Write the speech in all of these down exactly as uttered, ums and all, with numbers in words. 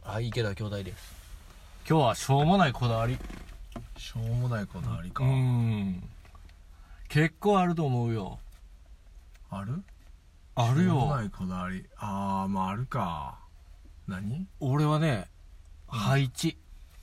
はい、池田兄弟です。今日はしょうもないこだわり。 しょうもないこだわりか。 うーん。結構あると思うよ。 ある？ あるよ。 しょうもないこだわり。あー、まああるか。何？ 俺はね、配置。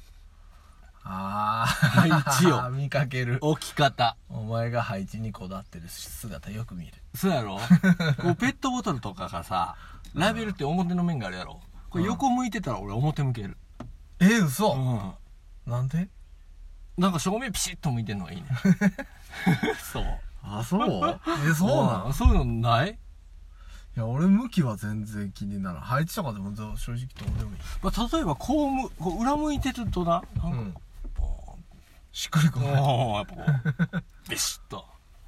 あー、 配置よ。 見かける。 置き方。 お前が配置にこだわってる姿よく見る。 そうやろこうペットボトルとかがさ、ラベルって表の面があるやろ。これ横向いてたら俺表向ける。 えー、嘘、 うん。 なんで？ なんか正面ピシッと向いてんのがいいね。そう。 あ、そうえ、そうなの？ そういうのない？ いや、俺向きは全然気にならん。配置とかでも正直どうでもいい。 まあ、例えばこうむ、こう裏向いてるとな、なんか、 うん、しっくりこない。 おーやっぱこう、ビシッと。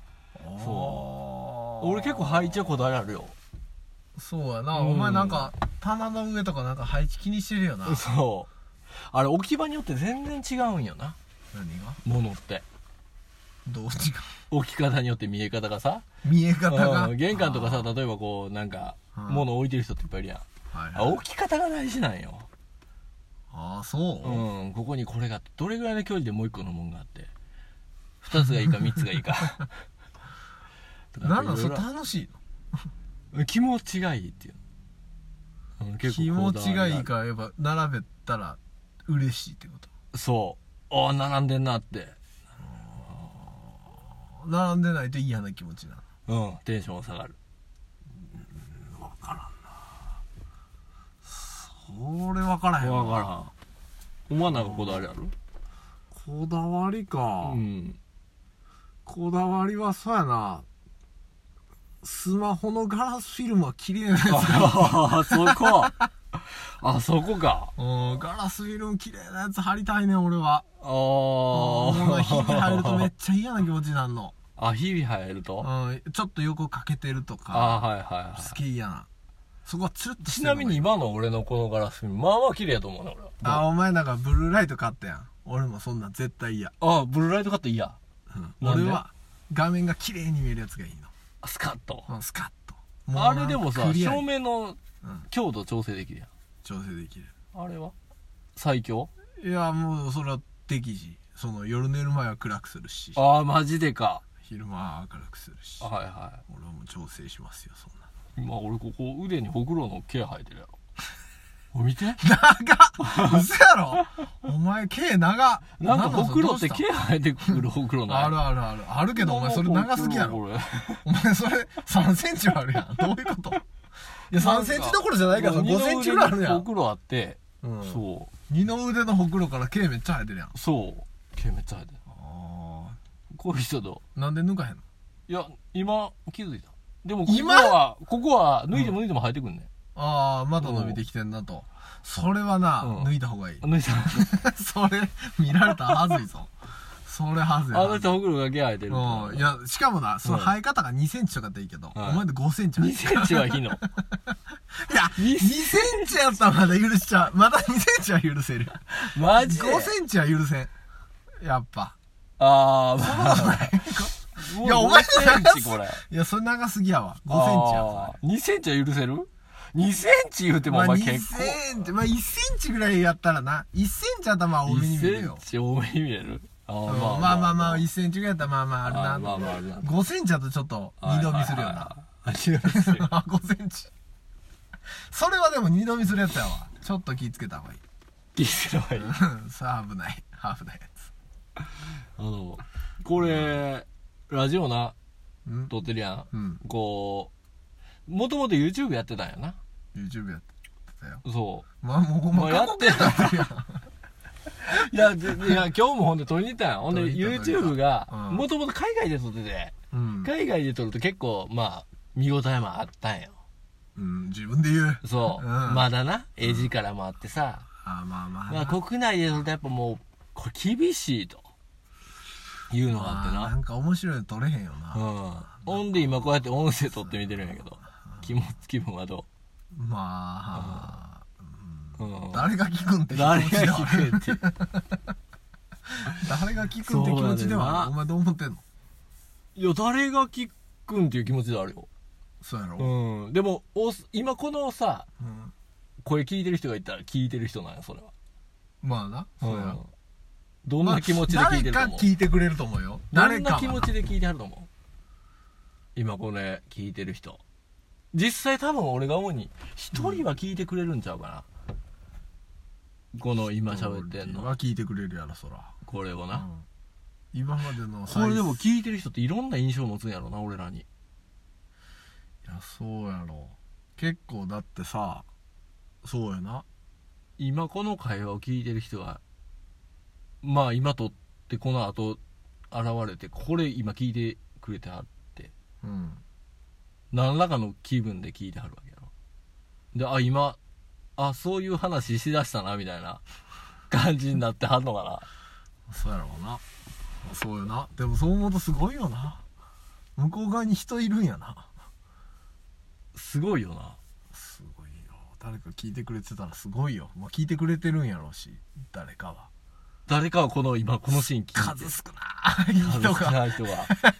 そう。俺結構配置はこだわりあるよ。 そうやな、 うん、 お前なんか棚の上とかなんか配置気にしてるよな。 そう。あれ置き場によって全然違うんよな。 何が？ 物って。 どう違う？ 置き方によって見え方がさ。 見え方が、 うん、玄関とかさ、例えばこう、なんか、物置いてる人っていっぱいいるやん。 はいはい、 置き方が大事なんよ。 ああ、そう？ うん、ここにこれがあって、どれぐらいの距離でもう一個のもんがあって、二つがいいか三つがいいか。 なんだ、それ楽しいの？気持ちがいいっていう。うん、結構気持ちがいいから、やっぱ並べたら嬉しいってこと？ そう。ああ、並んでんなって。 並んでないと嫌な気持ちなの。うん、テンション下がる。 うん、分からんな。それ分からへんわ。 分からん。お前なんかこだわりある？ こだわりか。 うん。 こだわりはそうやな。スマホのガラスフィルムは綺麗なやつが。 ああ、そこ。あ、そこか。 うん、ガラスフィルム綺麗なやつ貼りたいねん、俺は。 ああ。 もう日々入るとめっちゃ嫌な気持ちになるの。 あ、日々入ると？ うん、ちょっと横かけてるとか。 あ、はいはいはい。 好き嫌な。そこはツルッとしてちなみに今の俺のこのガラスフィルム、まあまあ綺麗やと思うね、俺は。 あ、お前なんかブルーライト買ったやん。俺もそんなん絶対嫌。 あ、ブルーライト買っていいや。 うん、俺は画面が綺麗に見えるやつがいいの。 スカッと。 うん、スカッと。 あれでもさ、 照照明の強度調整できるやん。 調整できる。 あれは最強？ いや、もうそれは適時。その夜寝る前は暗くするし。 ああ、マジでか。 昼間は明るくするし。 はいはい。 俺はもう調整しますよ、そんなの。今俺ここ腕にほくろの毛生えてるやろ。お見て。 長っ嘘やろお前毛長っ。 なんかほくろって毛生えてくるほくろない？ あるあるある。あるけどお前それ長すぎやろ。お前それさんセンチはあるやん。どういうこと？いやさんセンチどころじゃないからごセンチぐらいあるやん。 ほくろあって、 うん、 そう。 二の腕のほくろから毛めっちゃ生えてるやん。 そう。毛めっちゃ生えてる。ああ。こういう人と。 なんで抜かへんの？ いや、今気づいた。でもここは、ここは抜いても抜いても生えてくんね、 うん。ああ、まだ伸びてきてんなと。それはな、うん、抜いた方がいい。 抜いたそれ、見られたらはずいぞ。それはずい。 あの人ほくろが毛生えてる。 うん。いや、しかもな、その生え方がにセンチとかっていいけど、うん、お前でごセンチはにセンチはいいの。いや、にセンチやったらまだ許しちゃう。まだにセンチは許せる。 マジで ?ごセンチは許せん。やっぱ。 あー、まあ。 いや、お前ごセンチこれ。 いや、それ長すぎやわ。ごセンチや。 にセンチは許せる ?に センチ言うてもお前結構。 にセンチ、まあいっセンチぐらいやったらな。いっセンチやったらまあ多めに見えるよ。 いっセンチ多めに見える？ あまあまあまあまあ、いっセンチぐらいやったらまあまああるな。まあまああるな。ごセンチだとちょっと二度見するよな。 二度見する。 あ、ごセンチ。それはでも二度見するやつやわ。ちょっと気ぃつけた方がいい。 気ぃつけた方がいい。 さあ危ない。危ないやつ。 あの、これ、ラジオな、撮ってるやん。うん、こう、もともと YouTube やってたんやな。 YouTube やってたよ。 そう。 まあもうごまやってたやん。 いや、いや、今日もほんで撮りに行ったやん。ほんで YouTube が、もともと海外で撮ってて、うん、海外で撮ると結構、まあ、見応えもあったんよ。 うん、自分で言う。 そう。うん、まだな、絵力もあってさ。 うん、あまあまあ。 まあ国内で撮るとやっぱもう、これ厳しいと。いうのがあってな。 なんか面白いの撮れへんよな。 うん。ほんで今こうやって音声撮ってみてるんやけど、気も気分はどう？まあ、うん、誰が聞くんって気持ちでは。誰が聞くって。誰が聞くんって気持ちでは。お前どう思ってんの？ いや、誰が聞くんっていう気持ちであるよ。 そうやろ？ うん。でも、お今このさ、 声聞いてる人がいたら聞いてる人なんやそれは。 まあな、そうや、うん、 どんな気持ちで聞いてると思う、 まあ、誰か聞いてくれると思うよ。 どんな気持ちで聞いてはると思う。今これ聞いてる人、実際多分俺が主に一人は聞いてくれるんちゃうかな、うん、この今喋ってんのは聞いてくれるやろそら、 これをな、 うん、今までのこれでも聞いてる人っていろんな印象を持つんやろな俺らに。いやそうやろ、結構だってさ、そうやな、 今この会話を聞いてる人はまあ今とってこの後現れてこれ今聞いてくれてはって、うん、何らかの気分で聞いてはるわけやろ。で、あ今あそういう話しだしたなみたいな感じになってはんのかな。 そうやろうな、そうよな。でもそう思うとすごいよな、向こう側に人いるんやな。 すごいよな。 すごいよ、誰か聞いてくれてたらすごいよ。まあ聞いてくれてるんやろうし、誰かは誰かはこの今このシーン聞いて、 数少ない人が数少ない人が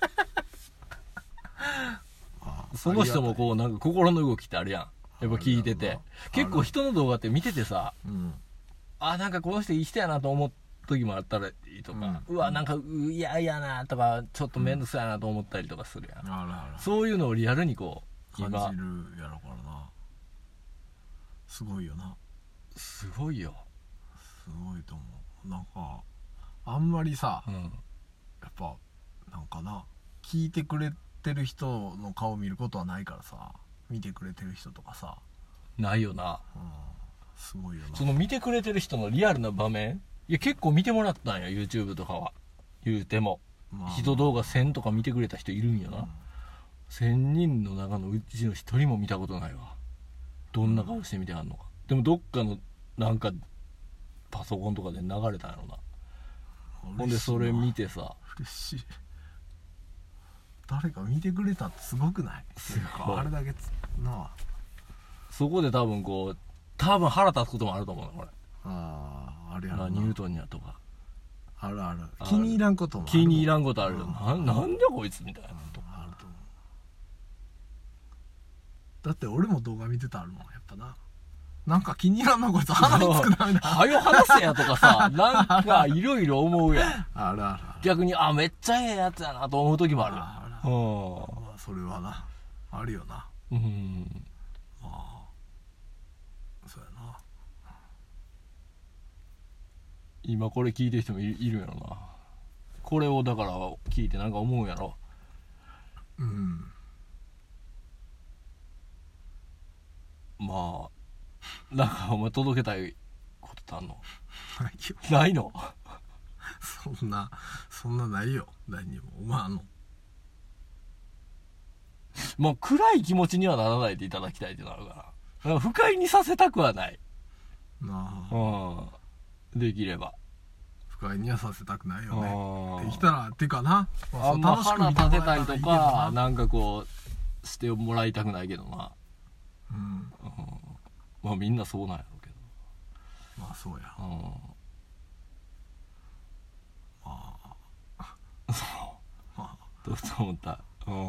その人もこうなんか心の動きってあるやん、やっぱ聞いてて、結構人の動画って見ててさ、うん、あなんかこの人いい人やなと思う時もあったりとか、うん、うわなんか嫌やなとかちょっと面倒くさいなと思ったりとかするやん、うん、あらあら、そういうのをリアルにこう今感じるやろからな。すごいよな、 すごいよ、 すごいと思う。なんかあんまりさ、うん、やっぱなんかな、聞いてくれてる人の顔見ることはないからさ、見てくれてる人とかさないよな、 うん、すごいよな。 その見てくれてる人のリアルな場面、いや結構見てもらったんや YouTube とかは言うても、まあ、人動画せんとか見てくれた人いるんやな、うん、せんにんの中のうちのひとりも見たことないわ、どんな顔して見てはんのか。でもどっかのなんかパソコンとかで流れたんやろな。ほんでそれ見てさ、 嬉しい、誰か見てくれたってすごくない？すごい、あれだけつなあ、 そこで多分こう多分腹立つこともあると思うなこれ。 ああ、あれやろな、 ニュートンにゃとかあるある、気に入らんこともある、 気に入らんことあるよ、な, なんでこいつみたいなとかあると思う。だって俺も動画見てたらもんやっぱな、なんか気に入らんなこいつ鼻につくなみたいな、 はよ話せやとかさなんかいろいろ思うやんあるある、 逆にあめっちゃええやつやなと思う時もある。 あら、うん、まあ、それはなあるよな、うん、まあそうやな。 今これ聞いてる人も い, いるやろな。これをだから聞いてなんか思うやろ。うん、まあなんかお前届けたいことってあんの？ ないよ。 ないの？ そんなそんなないよ、何にも。お前あのまあ暗い気持ちにはならないでいただきたいってなるから、から不快にさせたくはないなあ、うん、できれば不快にはさせたくないよね。できたらっていうかな、 まあ、あんま腹立てたりとかなんかこうしてもらいたくないけどな、うん、うん、まあみんなそうなんやろうけど、 まあそうや、うん、まあそうまあどうと思った。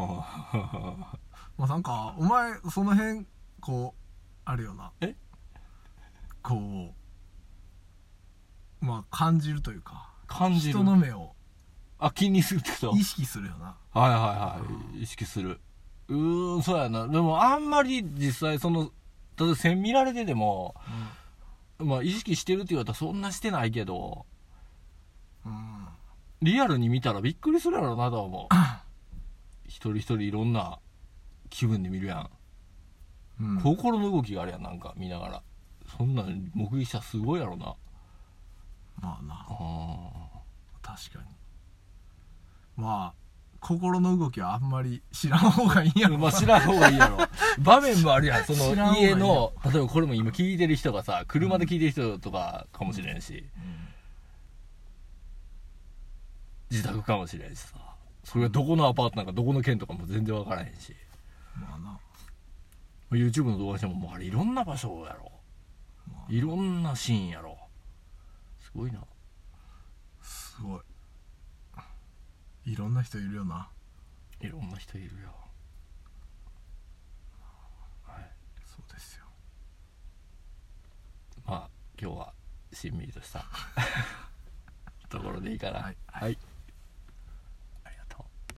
まあなんかお前その辺こうあるよな、 えこうまあ感じるというか、 感じる人の目をあ気にするってこと意識するよな。 はいはいはい、うん、意識する。うーんそうやな。でもあんまり実際その例えば線見られてても、うん、まあ意識してるって言われたらそんなしてないけど、うん、リアルに見たらびっくりするやろうなと思う。一人一人いろんな気分で見るやん、うん、心の動きがあるやん、なんか見ながら。そんなん目撃したらすごいやろな。 まあなあ、確かに。まあ心の動きはあんまり知らん方がいいやろ。 まあ知らん方がいいやろ。場面もあるやん、その家の例えばこれも今聞いてる人がさ、車で聞いてる人とかかもしれんし、うんうん、自宅かもしれんしさ、それがどこのアパートなんかどこの県とかも全然分からへんし、まあな YouTube の動画してももうあれいろんな場所やろ、まあ、いろんなシーンやろ。すごいな、 すごい。いろんな人いるよな。 いろんな人いるよ。はい、 そうですよ。 今日はしんみりとしたところでいいかな。 はい、 はい